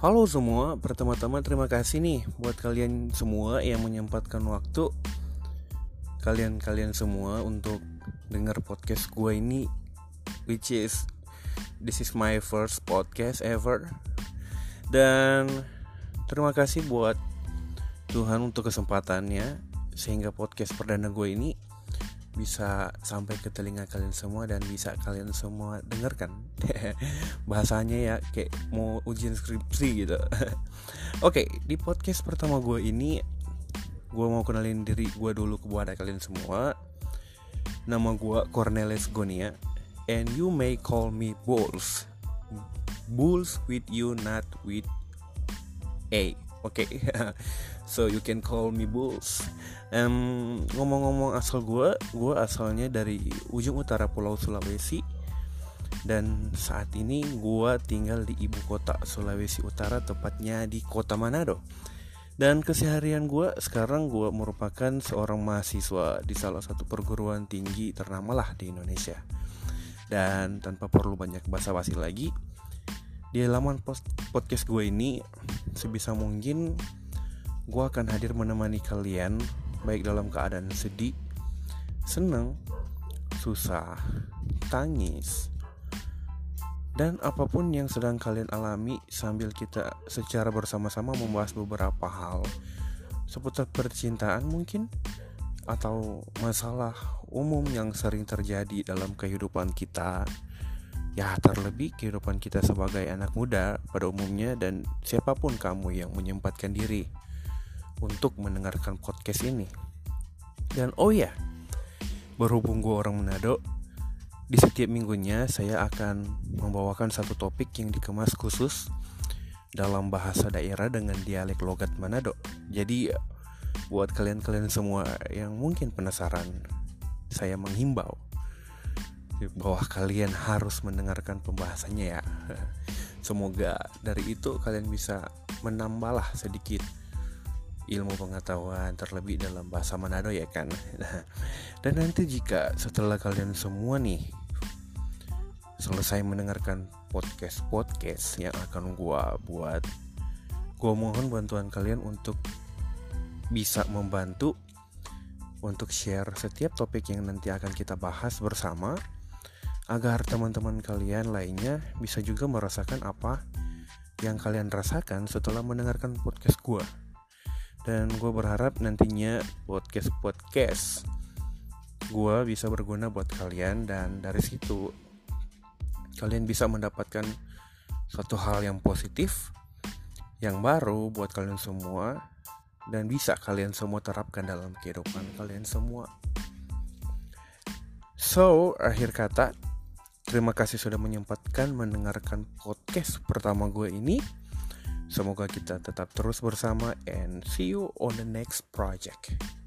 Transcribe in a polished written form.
Halo semua, pertama-tama terima kasih nih buat kalian semua yang menyempatkan waktu kalian semua untuk dengar podcast gue ini, which is this is my first podcast ever. Dan terima kasih buat Tuhan untuk kesempatannya sehingga podcast perdana gue ini bisa sampai ke telinga kalian semua dan bisa kalian semua dengarkan. Bahasanya ya kayak mau ujian skripsi gitu. Oke, di podcast pertama gue ini gue mau kenalin diri gue dulu kepada kalian semua. Nama gue Cornelis Gonia, and you may call me Bulls. Bulls with you, not with A. Oke. So you can call me Bulls. Ngomong-ngomong asal gue asalnya dari ujung utara Pulau Sulawesi. Dan saat ini gue tinggal di ibu kota Sulawesi Utara, tepatnya di kota Manado. Dan keseharian gue sekarang gue merupakan seorang mahasiswa di salah satu perguruan tinggi ternama lah di Indonesia. Dan tanpa perlu banyak basa-basi lagi, di halaman podcast gue ini sebisa mungkin gue akan hadir menemani kalian, baik dalam keadaan sedih, senang, susah, tangis, dan apapun yang sedang kalian alami, sambil kita secara bersama-sama membahas beberapa hal seputar percintaan mungkin, atau masalah umum yang sering terjadi dalam kehidupan kita. Ya, terlebih kehidupan kita sebagai anak muda pada umumnya, dan siapapun kamu yang menyempatkan diri untuk mendengarkan podcast ini. Dan oh ya, berhubung gue orang Manado, di setiap minggunya saya akan membawakan satu topik yang dikemas khusus dalam bahasa daerah dengan dialek logat Manado. Jadi buat kalian semua yang mungkin penasaran, saya menghimbau bahwa kalian harus mendengarkan pembahasannya ya. Semoga dari itu kalian bisa menambahlah sedikit ilmu pengetahuan, terlebih dalam bahasa Manado ya kan. Dan nanti jika setelah kalian semua nih selesai mendengarkan podcast yang akan gua buat, gua mohon bantuan kalian untuk bisa membantu untuk share setiap topik yang nanti akan kita bahas bersama, agar teman-teman kalian lainnya bisa juga merasakan apa yang kalian rasakan setelah mendengarkan podcast gua. Dan gue berharap nantinya podcast gue bisa berguna buat kalian, dan dari situ kalian bisa mendapatkan suatu hal yang positif, yang baru buat kalian semua, dan bisa kalian semua terapkan dalam kehidupan kalian semua. So, akhir kata, terima kasih sudah menyempatkan mendengarkan podcast pertama gue ini. Semoga kita tetap terus bersama, and see you on the next project.